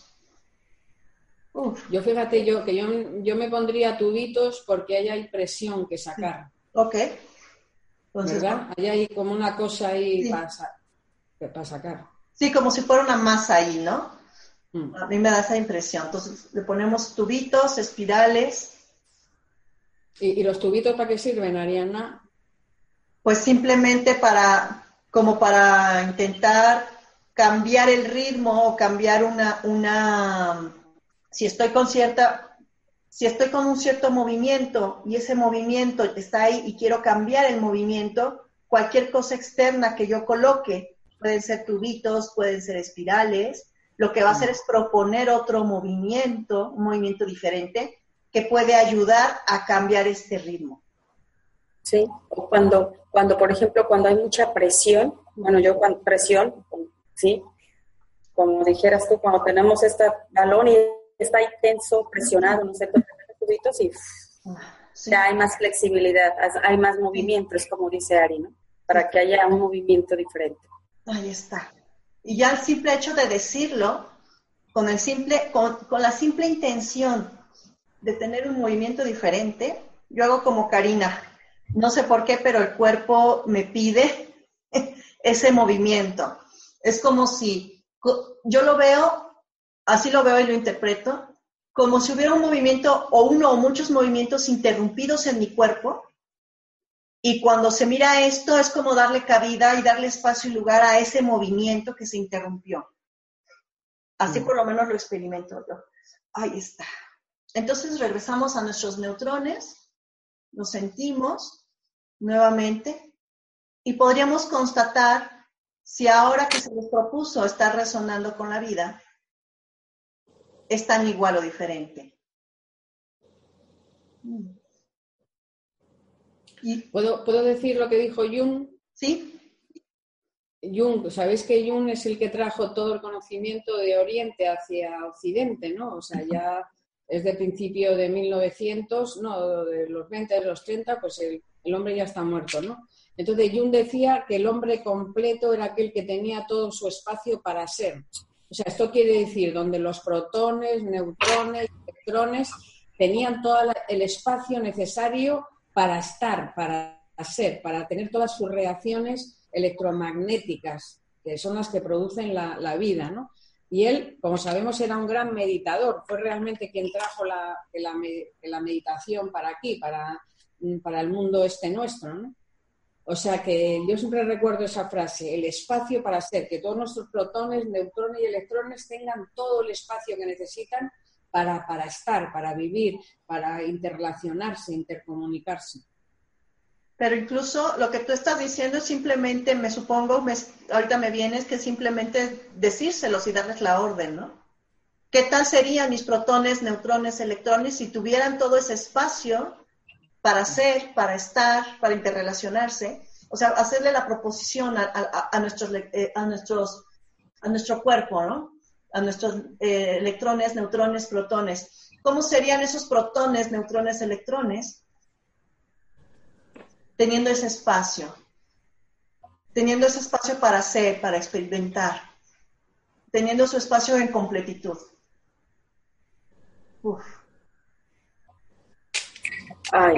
Uf. Yo fíjate yo que yo, yo me pondría tubitos porque ahí hay presión que sacar. Ok. Entonces, ¿verdad? Ahí hay como una cosa ahí sí. para, para sacar. Sí, como si fuera una masa ahí, ¿no? Mm. A mí me da esa impresión. Entonces le ponemos tubitos, espirales. ¿Y, y los tubitos para qué sirven, Ariana? Pues simplemente para, como para intentar cambiar el ritmo o cambiar una, una, si estoy con cierta, si estoy con un cierto movimiento y ese movimiento está ahí y quiero cambiar el movimiento, cualquier cosa externa que yo coloque, pueden ser tubitos, pueden ser espirales, lo que va a hacer es proponer otro movimiento, un movimiento diferente, que puede ayudar a cambiar este ritmo. Sí, o cuando, cuando, por ejemplo, cuando hay mucha presión, bueno, yo cuando presión, sí, como dijeras tú, cuando tenemos este balón y está ahí tenso, presionado, no sé, tubitos y sí. ya hay más flexibilidad, hay más movimiento, es como dice Ari, ¿no? Para que haya un movimiento diferente. Ahí está. Y ya el simple hecho de decirlo, con, el simple, con, con la simple intención de tener un movimiento diferente, yo hago como Karina. No sé por qué, pero el cuerpo me pide ese movimiento. Es como si, yo lo veo, así lo veo y lo interpreto, como si hubiera un movimiento o uno o muchos movimientos interrumpidos en mi cuerpo. Y cuando se mira esto, es como darle cabida y darle espacio y lugar a ese movimiento que se interrumpió. Así por lo menos lo experimento yo. Ahí está. Entonces regresamos a nuestros neutrones, nos sentimos nuevamente y podríamos constatar si ahora que se les propuso estar resonando con la vida, están igual o diferente. Y, ¿Puedo, ¿Puedo decir lo que dijo Jung? ¿sí? Jung, sabéis que Jung es el que trajo todo el conocimiento de Oriente hacia Occidente, ¿no? O sea, ya es de principio de mil novecientos, no, de los veinte, de los treinta, pues el, el hombre ya está muerto, ¿no? Entonces Jung decía que el hombre completo era aquel que tenía todo su espacio para ser. O sea, esto quiere decir donde los protones, neutrones, electrones tenían todo el espacio necesario para estar, para ser, para tener todas sus reacciones electromagnéticas, que son las que producen la, la vida, ¿no? Y él, como sabemos, era un gran meditador, fue realmente quien trajo la, la, la meditación para aquí, para, para el mundo este nuestro, ¿no? O sea que yo siempre recuerdo esa frase, el espacio para ser, que todos nuestros protones, neutrones y electrones tengan todo el espacio que necesitan para, para estar, para vivir, para interrelacionarse, intercomunicarse. Pero incluso lo que tú estás diciendo es simplemente, me supongo, me, ahorita me viene, es que simplemente decírselos y darles la orden, ¿no? ¿Qué tal serían mis protones, neutrones, electrones si tuvieran todo ese espacio para ser, para estar, para interrelacionarse? O sea, hacerle la proposición a, a, a, nuestros, eh, a, nuestros, a nuestro cuerpo, ¿no? A nuestros eh, electrones, neutrones, protones. ¿Cómo serían esos protones, neutrones, electrones teniendo ese espacio? Teniendo ese espacio para ser, para experimentar. Teniendo su espacio en completitud. Uf. Ay.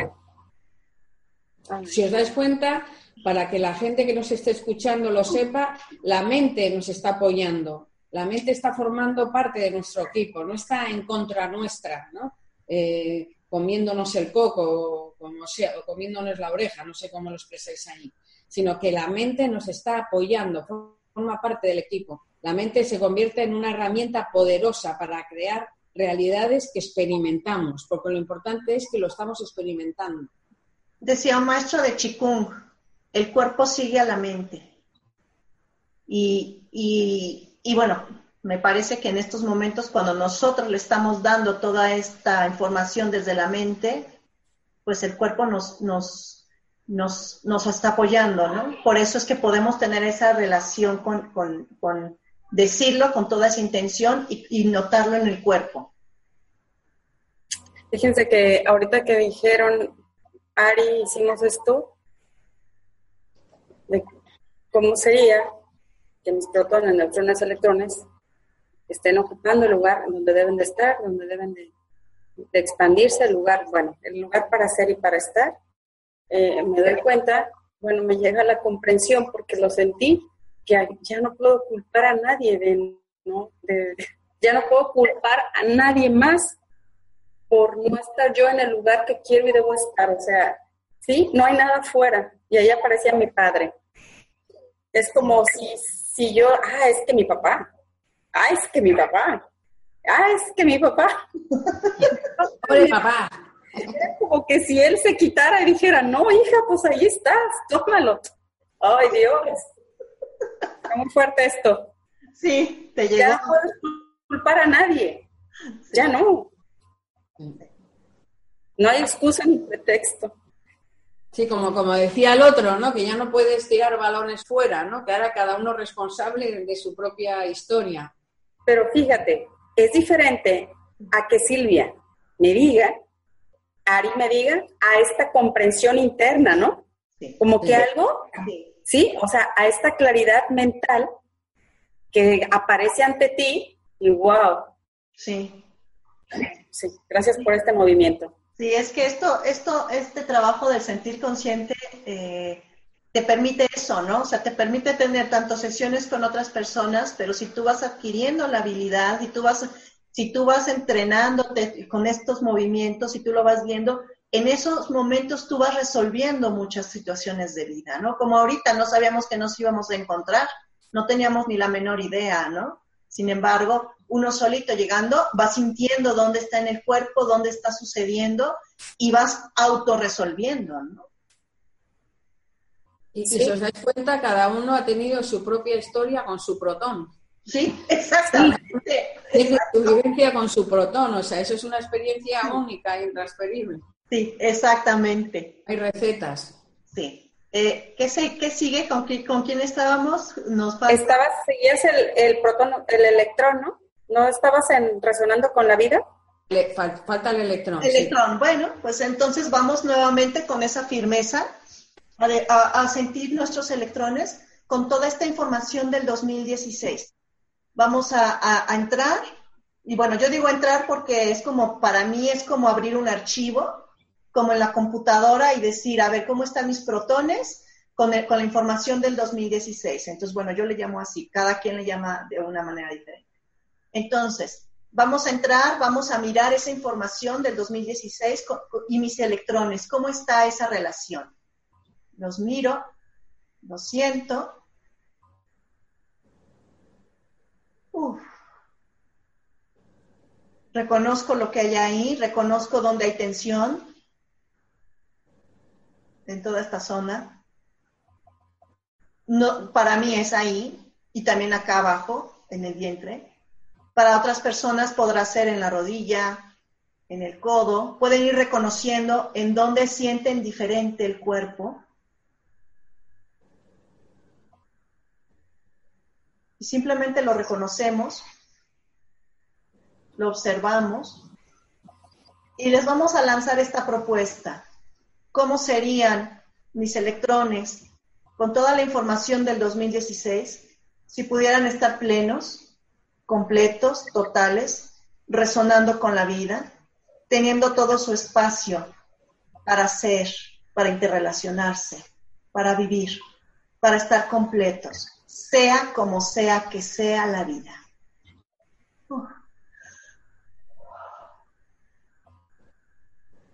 Si os dais cuenta, para que la gente que nos esté escuchando lo sepa, la mente nos está apoyando. La mente está formando parte de nuestro equipo, no está en contra nuestra, ¿no? Eh, comiéndonos el coco o, como sea, o comiéndonos la oreja, no sé cómo lo expresáis ahí, sino que la mente nos está apoyando, forma parte del equipo. La mente se convierte en una herramienta poderosa para crear realidades que experimentamos, porque lo importante es que lo estamos experimentando. Decía un maestro de Qigong, el cuerpo sigue a la mente. Y, y, y bueno, me parece que en estos momentos, cuando nosotros le estamos dando toda esta información desde la mente, pues el cuerpo nos, nos, nos, nos está apoyando, ¿no? Por eso es que podemos tener esa relación con, con, con decirlo con toda esa intención y, y notarlo en el cuerpo. Fíjense que ahorita que dijeron, Ari, hicimos esto, de cómo sería que mis protones, neutrones, electrones estén ocupando el lugar donde deben de estar, donde deben de, de expandirse, el lugar, bueno, el lugar para ser y para estar. Eh, me doy cuenta, bueno, me llega la comprensión porque lo sentí, que ya no puedo culpar a nadie, de, ¿no? De, ya no puedo culpar a nadie más por no estar yo en el lugar que quiero y debo estar, o sea, ¿sí? No hay nada afuera, y ahí aparecía mi padre. Es como si, si yo, ah, es que mi papá, ah, es que mi papá, ah, es que mi papá. ¡Hola, papá! Como que si él se quitara y dijera, no, hija, pues ahí estás, tómalo. ¡Ay, Dios! Está muy fuerte esto. Sí, te llegó. Ya no puedes culpar a nadie, sí. Ya no. No hay excusa ni pretexto. Sí, como, como decía el otro, ¿no? Que ya no puedes tirar balones fuera, ¿no? Que ahora cada uno es responsable de su propia historia. Pero fíjate, es diferente a que Silvia me diga, Ari me diga, a esta comprensión interna, ¿no? Sí. Como que sí. algo, sí. sí, o sea, a esta claridad mental que aparece ante ti y wow. Sí. Sí, gracias por este movimiento. Sí, es que esto, esto, este trabajo del sentir consciente eh, te permite eso, ¿no? O sea, te permite tener tantas sesiones con otras personas, pero si tú vas adquiriendo la habilidad, y tú vas, si tú vas entrenándote con estos movimientos, y tú lo vas viendo, en esos momentos tú vas resolviendo muchas situaciones de vida, ¿no? Como ahorita no sabíamos que nos íbamos a encontrar, no teníamos ni la menor idea, ¿no? Sin embargo, uno solito llegando va sintiendo dónde está en el cuerpo, dónde está sucediendo y vas autorresolviendo, ¿no? Y si ¿Sí? os dais cuenta, cada uno ha tenido su propia historia con su protón. Sí, exactamente. Tiene su vivencia con su protón, o sea, eso es una experiencia sí. única e intransferible. Sí, exactamente. Hay recetas. Sí. Eh, ¿qué, se, ¿Qué sigue? ¿Con, ¿Con quién estábamos? Nos falta... Estabas, seguías el, el protón, el electrón, ¿no? ¿No estabas en, resonando con la vida? Le, fal, falta el electrón. Electrón, sí. Bueno, pues entonces vamos nuevamente con esa firmeza a, de, a, a sentir nuestros electrones con toda esta información del dos mil dieciséis. Vamos a, a, a entrar, y bueno, yo digo entrar porque es como, para mí es como abrir un archivo, como en la computadora, y decir, a ver, ¿cómo están mis protones con, el, con la información del dos mil dieciséis? Entonces, bueno, yo le llamo así, cada quien le llama de una manera diferente. Entonces, vamos a entrar, vamos a mirar esa información del dos mil dieciséis con, con, y mis electrones, ¿cómo está esa relación? Los miro, los siento. Uf. Reconozco lo que hay ahí, reconozco dónde hay tensión en toda esta zona. No, para mí es ahí, y también acá abajo, en el vientre. Para otras personas podrá ser en la rodilla, en el codo. Pueden ir reconociendo en dónde sienten diferente el cuerpo. Y simplemente lo reconocemos, lo observamos, y les vamos a lanzar esta propuesta. ¿Cómo serían mis electrones con toda la información del dos mil dieciséis si pudieran estar plenos, completos, totales, resonando con la vida, teniendo todo su espacio para ser, para interrelacionarse, para vivir, para estar completos, sea como sea que sea la vida? Uh.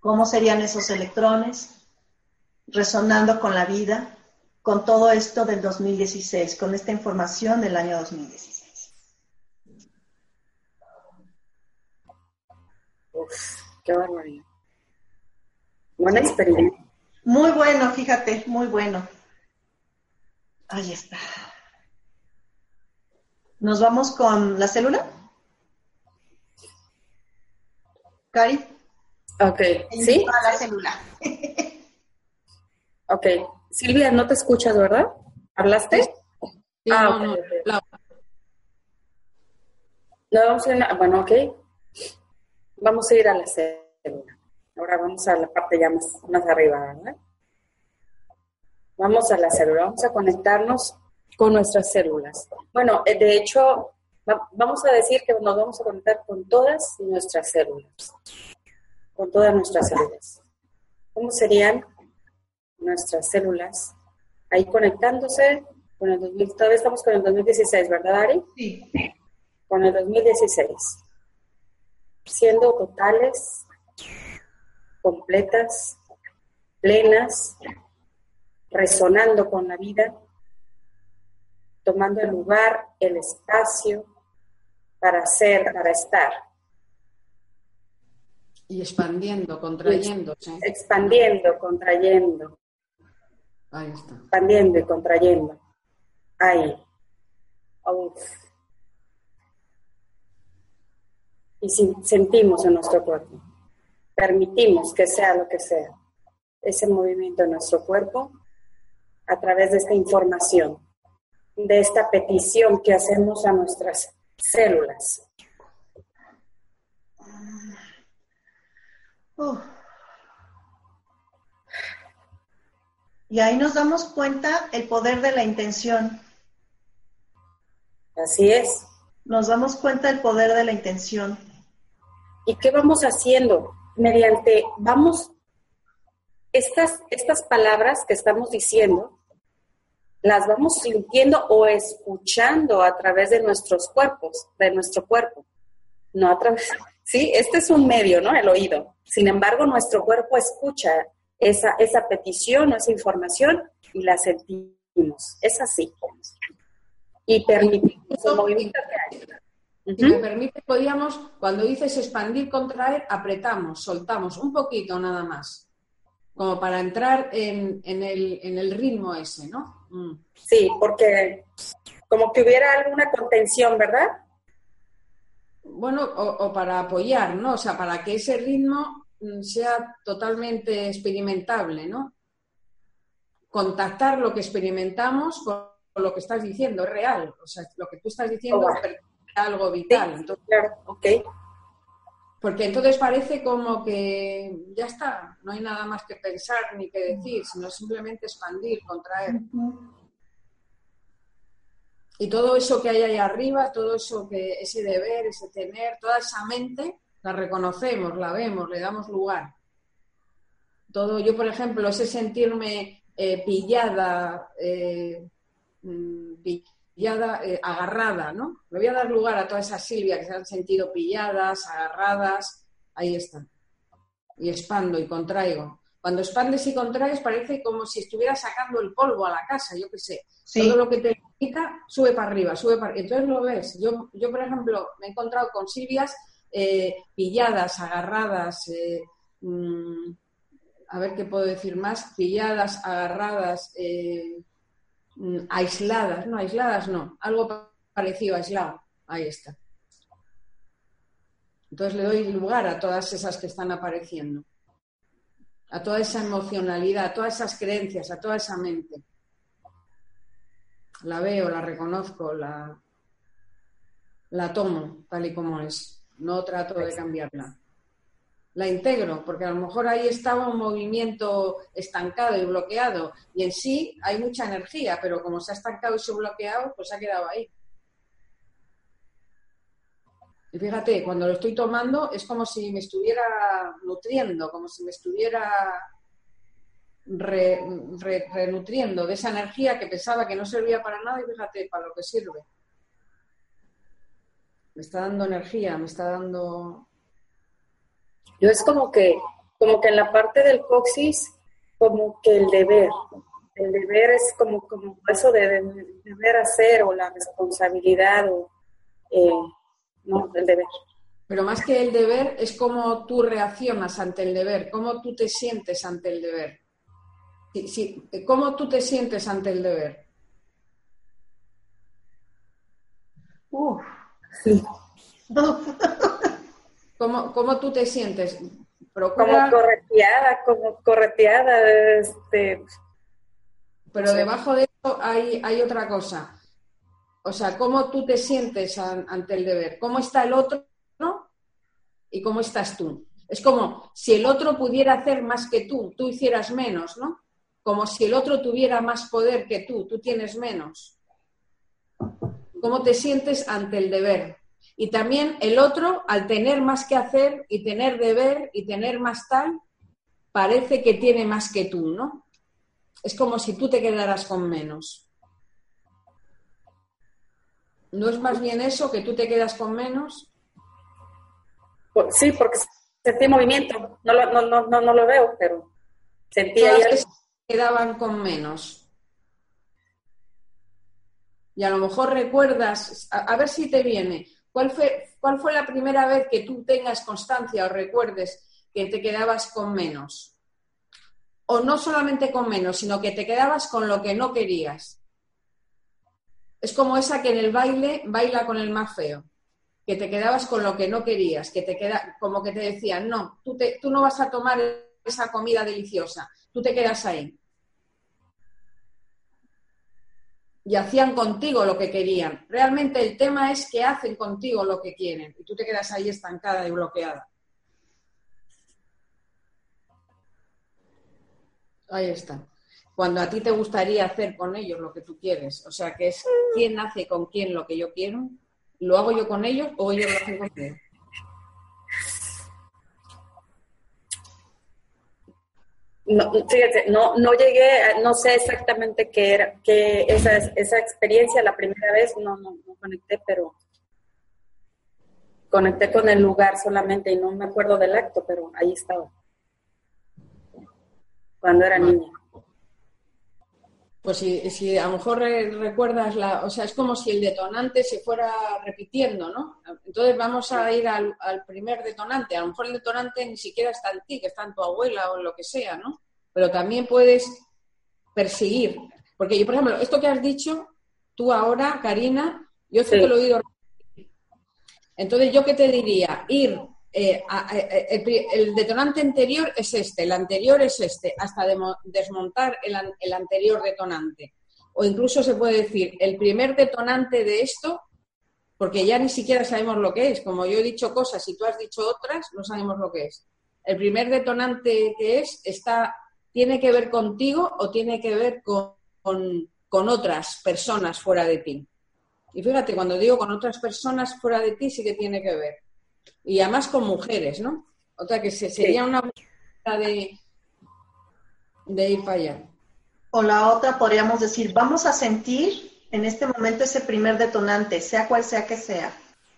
cómo serían esos electrones resonando con la vida, con todo esto del dos mil dieciséis, con esta información del año dos mil dieciséis. Uf, qué barbaridad. Buena experiencia. Muy bueno, fíjate, muy bueno. Ahí está. ¿Nos vamos con la célula? Cari. Ok, ¿sí? A la célula. Ok. Silvia, no te escuchas, ¿verdad? ¿Hablaste? Sí, ah, no, ok. no, la- No, vamos a ir a- bueno, ok. Vamos a ir a la célula. Ahora vamos a la parte ya más, más arriba, ¿verdad? Vamos a la célula, vamos a conectarnos con nuestras células. Bueno, eh, de hecho, va- vamos a decir que nos vamos a conectar con todas nuestras células. Con todas nuestras células. ¿Cómo serían nuestras células? Ahí conectándose con el dos mil, todavía estamos con el dos mil dieciséis, ¿verdad, Ari? Sí. Con el dos mil dieciséis. Siendo totales, completas, plenas, resonando con la vida, tomando el lugar, el espacio para ser, para estar. y expandiendo, contrayéndose. Expandiendo, contrayendo, Ahí está. expandiendo y contrayendo. Ahí. Uf. Y si sentimos en nuestro cuerpo, permitimos que sea lo que sea, ese movimiento en nuestro cuerpo a través de esta información, de esta petición que hacemos a nuestras células. Uf. Y ahí nos damos cuenta el poder de la intención. Así es. Nos damos cuenta del poder de la intención. ¿Y qué vamos haciendo? Mediante, vamos, estas, estas palabras que estamos diciendo, las vamos sintiendo o escuchando a través de nuestros cuerpos, de nuestro cuerpo. No a través, sí, este es un medio, ¿no? El oído. Sin embargo, nuestro cuerpo escucha esa, esa petición o esa información y la sentimos. Es así. Y permitimos el movimiento que hay. Si me permite, podríamos, cuando dices expandir, contraer, apretamos, soltamos un poquito nada más, como para entrar en, en, el, en el ritmo ese, ¿no? Mm. Sí, porque como que hubiera alguna contención, ¿verdad? Bueno, o, o para apoyar, ¿no? O sea, para que ese ritmo mm, sea totalmente experimentable, ¿no? Contactar lo que experimentamos con, con lo que estás diciendo, es real. O sea, lo que tú estás diciendo Oh, es algo vital. Sí, Entonces, claro, ok. porque entonces parece como que ya está, no hay nada más que pensar ni que decir, sino simplemente expandir, contraer. Y todo eso que hay ahí arriba, todo eso que, ese deber, ese tener, toda esa mente, la reconocemos, la vemos, le damos lugar. Todo, yo, por ejemplo, ese sentirme eh, pillada, eh, mm, pillada, eh, agarrada, ¿no? Le voy a dar lugar a todas esas Silvia que se han sentido pilladas, agarradas, ahí están. Y expando y contraigo. Cuando expandes y contraes parece como si estuvieras sacando el polvo a la casa, yo qué sé. Sí. Todo lo que te quita sube para arriba, sube para arriba. Entonces lo ves. Yo, yo por ejemplo, me he encontrado con Silvias eh, pilladas, agarradas, eh, mmm, a ver qué puedo decir más, pilladas, agarradas, eh, mmm, aisladas, no, aisladas no, algo parecido a aislado, ahí está. Entonces le doy lugar a todas esas que están apareciendo, a toda esa emocionalidad, a todas esas creencias, a toda esa mente. La veo, la reconozco, la, la tomo tal y como es, no trato de cambiarla. La integro, porque a lo mejor ahí estaba un movimiento estancado y bloqueado, y en sí hay mucha energía, pero como se ha estancado y se ha bloqueado, pues ha quedado ahí. Y fíjate, cuando lo estoy tomando es como si me estuviera nutriendo, como si me estuviera re, re, renutriendo de esa energía que pensaba que no servía para nada, y fíjate para lo que sirve. Me está dando energía, me está dando... Yo es como que como que en la parte del coxis, como que el deber, el deber es como, como eso de, de deber hacer o la responsabilidad o, eh, no, el deber. Pero más que el deber, es cómo tú reaccionas ante el deber, cómo tú te sientes ante el deber. Sí, sí, ¿cómo tú te sientes ante el deber? Uf. Sí. ¿Cómo, cómo tú te sientes? Procura... Como correteada, como correteada, este... Pero debajo de eso hay, hay otra cosa. O sea, ¿cómo tú te sientes a, ante el deber? ¿Cómo está el otro, no? ¿Y cómo estás tú? Es como si el otro pudiera hacer más que tú, tú hicieras menos, ¿no? Como si el otro tuviera más poder que tú, tú tienes menos. ¿Cómo te sientes ante el deber? Y también el otro, al tener más que hacer y tener deber y tener más tal, parece que tiene más que tú, ¿no? Es como si tú te quedaras con menos. ¿No es más bien eso, que tú te quedas con menos? Sí, porque sentí movimiento. No lo, no, no, no, no lo veo, pero sentí ahí Todas algo. que se quedaban con menos. Y a lo mejor recuerdas, a, a ver si te viene, ¿cuál fue, ¿cuál fue la primera vez que tú tengas constancia o recuerdes que te quedabas con menos? O no solamente con menos, sino que te quedabas con lo que no querías. Es como esa que en el baile baila con el más feo, que te quedabas con lo que no querías, que te queda, como que te decían, no, tú, te, tú no vas a tomar esa comida deliciosa, tú te quedas ahí. Y hacían contigo lo que querían. Realmente el tema es que hacen contigo lo que quieren y tú te quedas ahí estancada y bloqueada. Ahí está. Cuando a ti te gustaría hacer con ellos lo que tú quieres. O sea, que es quién hace con quién lo que yo quiero. ¿Lo hago yo con ellos o ellos lo hacen conmigo? No, fíjate, no, no llegué, a, no sé exactamente qué era, qué esa, esa experiencia la primera vez, no, no, no conecté, pero conecté con el lugar solamente y no me acuerdo del acto, pero ahí estaba. Cuando era niña. Pues si, si a lo mejor re, recuerdas, la, o sea, es como si el detonante se fuera repitiendo, ¿no? Entonces vamos a ir al, al primer detonante. A lo mejor el detonante ni siquiera está en ti, que está en tu abuela o en lo que sea, ¿no? Pero también puedes perseguir. Porque yo, por ejemplo, esto que has dicho, tú ahora, Karina, yo esto sí te lo he oído repetir. Entonces, ¿yo qué te diría? Ir... Eh, a, a, el, el detonante anterior es este, el anterior es este, hasta de, desmontar el, el anterior detonante. O incluso se puede decir, el primer detonante de esto, porque ya ni siquiera sabemos lo que es. Como yo he dicho cosas y tú has dicho otras, no sabemos lo que es. El primer detonante que es, está, tiene que ver contigo o tiene que ver con, con, con otras personas fuera de ti. Y fíjate, cuando digo con otras personas fuera de ti, sí que tiene que ver. Y además con mujeres, ¿no? O sea, que se, sería una manera de, de ir para allá. O la otra podríamos decir, vamos a sentir en este momento ese primer detonante, sea cual sea que sea.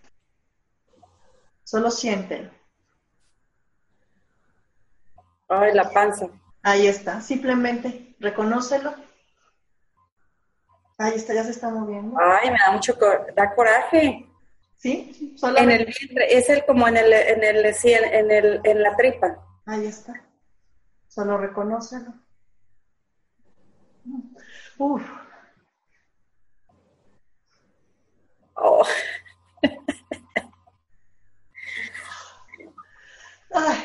Solo sienten. Ay, la panza. Ahí está, simplemente reconócelo. Ahí está, ya se está moviendo. Ay, me da mucho cor- da coraje. ¿Sí? Solamente. En el vientre, es el como en el, en el, sí, en, en el, en la tripa. Ahí está. Solo reconócelo. Uf. Oh. Ay.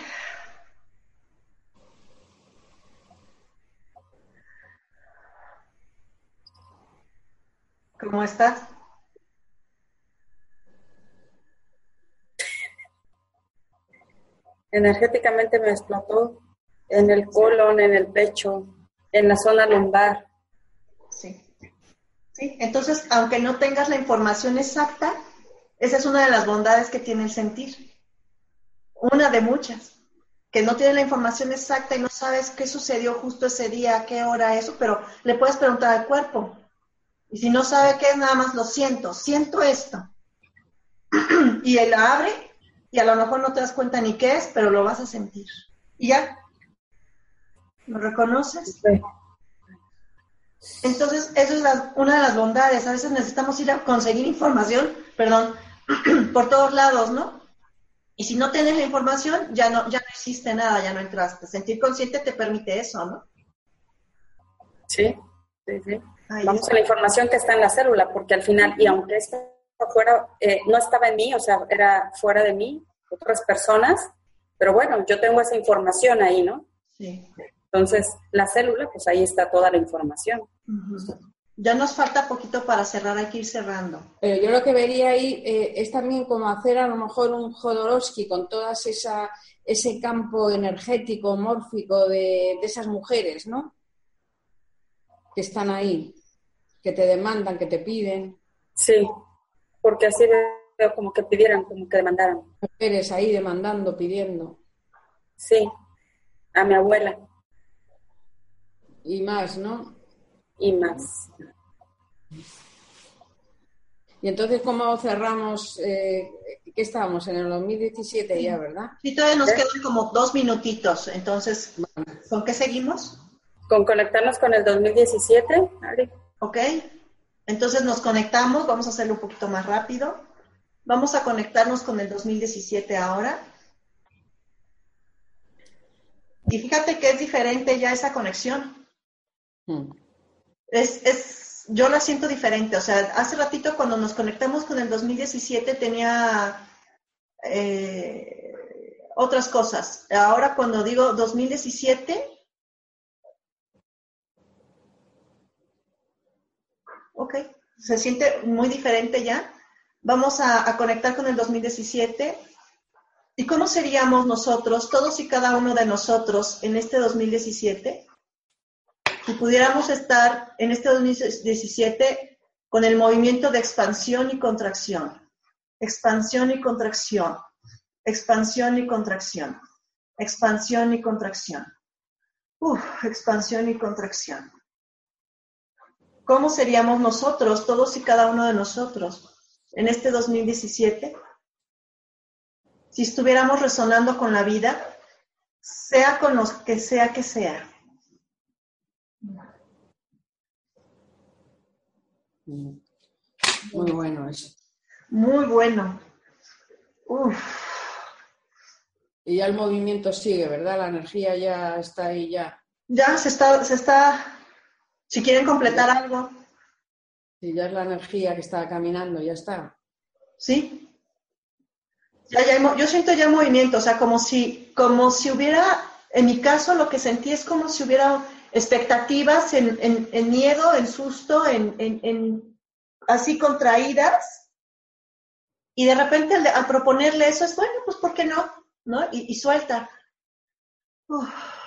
¿Cómo estás? Energéticamente me explotó en el colon, en el pecho, en la zona lumbar. Sí. Sí, entonces, aunque no tengas la información exacta, esa es una de las bondades que tiene el sentir. Una de muchas, que no tiene la información exacta y no sabes qué sucedió justo ese día, a qué hora, eso, pero le puedes preguntar al cuerpo. Y si no sabe qué es, nada más lo siento, siento esto. Y él abre y a lo mejor no te das cuenta ni qué es, pero lo vas a sentir. ¿Y ya? ¿Lo reconoces? Sí. Entonces, eso es la, una de las bondades. A veces necesitamos ir a conseguir información, perdón, por todos lados, ¿no? Y si no tienes la información, ya no, ya no hiciste nada, ya no entraste. Sentir consciente te permite eso, ¿no? Sí, sí, sí. Ahí Vamos está. a la información que está en la célula, porque al final, y aunque esto fuera, eh, no estaba en mí, o sea, era fuera de mí, otras personas, pero bueno, yo tengo esa información ahí, ¿no? Sí. Entonces, la célula, pues ahí está toda la información. Uh-huh. Ya nos falta poquito para cerrar, hay que ir cerrando. Pero yo lo que vería ahí eh, es también como hacer a lo mejor un Jodorowsky con todas esa ese campo energético, mórfico de, de esas mujeres, ¿no? Que están ahí, que te demandan, que te piden. Sí, porque así veo como que pidieran, como que demandaran. Mujeres ahí demandando, pidiendo. Sí, a mi abuela. Y más, ¿no? Y más. Y entonces, ¿cómo cerramos? Eh, ¿Qué estábamos? En el dos mil diecisiete ya, ¿verdad? Sí, todavía nos quedan como dos minutitos. Entonces, ¿con qué seguimos? Con conectarnos con el dos mil diecisiete, Ari. Ok. Entonces nos conectamos, vamos a hacerlo un poquito más rápido. Vamos a conectarnos con el dos mil diecisiete ahora. Y fíjate que es diferente ya esa conexión. Hmm. Es, es, yo la siento diferente. O sea, hace ratito cuando nos conectamos con el dos mil diecisiete tenía eh, otras cosas. Ahora cuando digo dos mil diecisiete, ok, se siente muy diferente ya. Vamos a, a conectar con el dos mil diecisiete. ¿Y cómo seríamos nosotros, todos y cada uno de nosotros, en este dos mil diecisiete? Si pudiéramos estar en este dos mil diecisiete con el movimiento de expansión y contracción. Expansión y contracción. Expansión y contracción. Expansión y contracción. Uf, expansión y contracción. ¿Cómo seríamos nosotros, todos y cada uno de nosotros, en este dos mil diecisiete? Si estuviéramos resonando con la vida, sea con lo que sea que sea. Muy bueno eso. Muy bueno. Uf. Y ya el movimiento sigue, ¿verdad? La energía ya está ahí ya. Ya se está, se está, si quieren completar algo. Sí, ya es la energía que está caminando, ya está. Sí. Ya, ya, yo siento ya movimiento, o sea, como si, como si hubiera, en mi caso lo que sentí es como si hubiera expectativas en, en, en miedo, en susto, en, en, en así contraídas, y de repente al, al proponerle eso es, bueno, pues ¿por qué no? ¿No? Y, y suelta. Uf.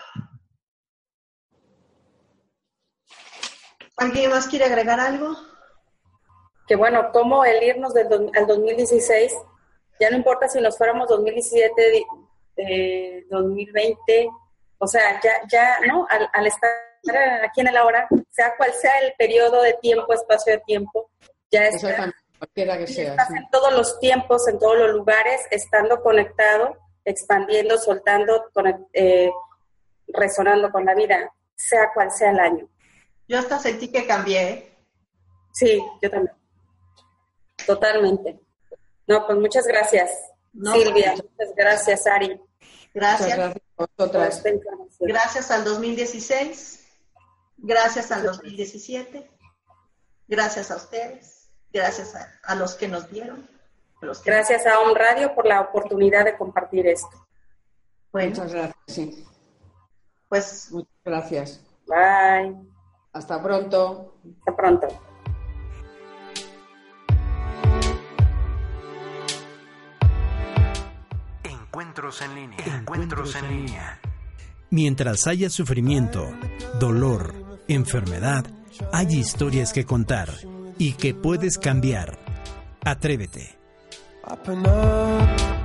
¿Alguien más quiere agregar algo? Que bueno, como el irnos del do, al dos mil dieciséis, ya no importa si nos fuéramos dos mil diecisiete, eh, dos mil veinte, o sea, ya, ya ¿no? Al, al estar aquí en el ahora, sea cual sea el periodo de tiempo, espacio de tiempo, ya está, cualquiera que sea, estás sí. En todos los tiempos, en todos los lugares, estando conectado, expandiendo, soltando, conect, eh, resonando con la vida, sea cual sea el año. Yo hasta sentí que cambié, ¿eh? Sí, yo también. Totalmente. No, pues muchas gracias, no, Silvia. Pues, muchas gracias, Ari. Gracias. Gracias a vosotras. Gracias al dos mil dieciséis. Gracias al dos mil diecisiete. Gracias a ustedes. Gracias a, a los que nos vieron. A los que gracias nos... a Om Radio por la oportunidad de compartir esto. Bueno, muchas gracias. Sí. Pues muchas gracias. Bye. Hasta pronto. Hasta pronto. Encuentros en línea. Encuentros en línea. Mientras haya sufrimiento, dolor, enfermedad, hay historias que contar y que puedes cambiar. Atrévete.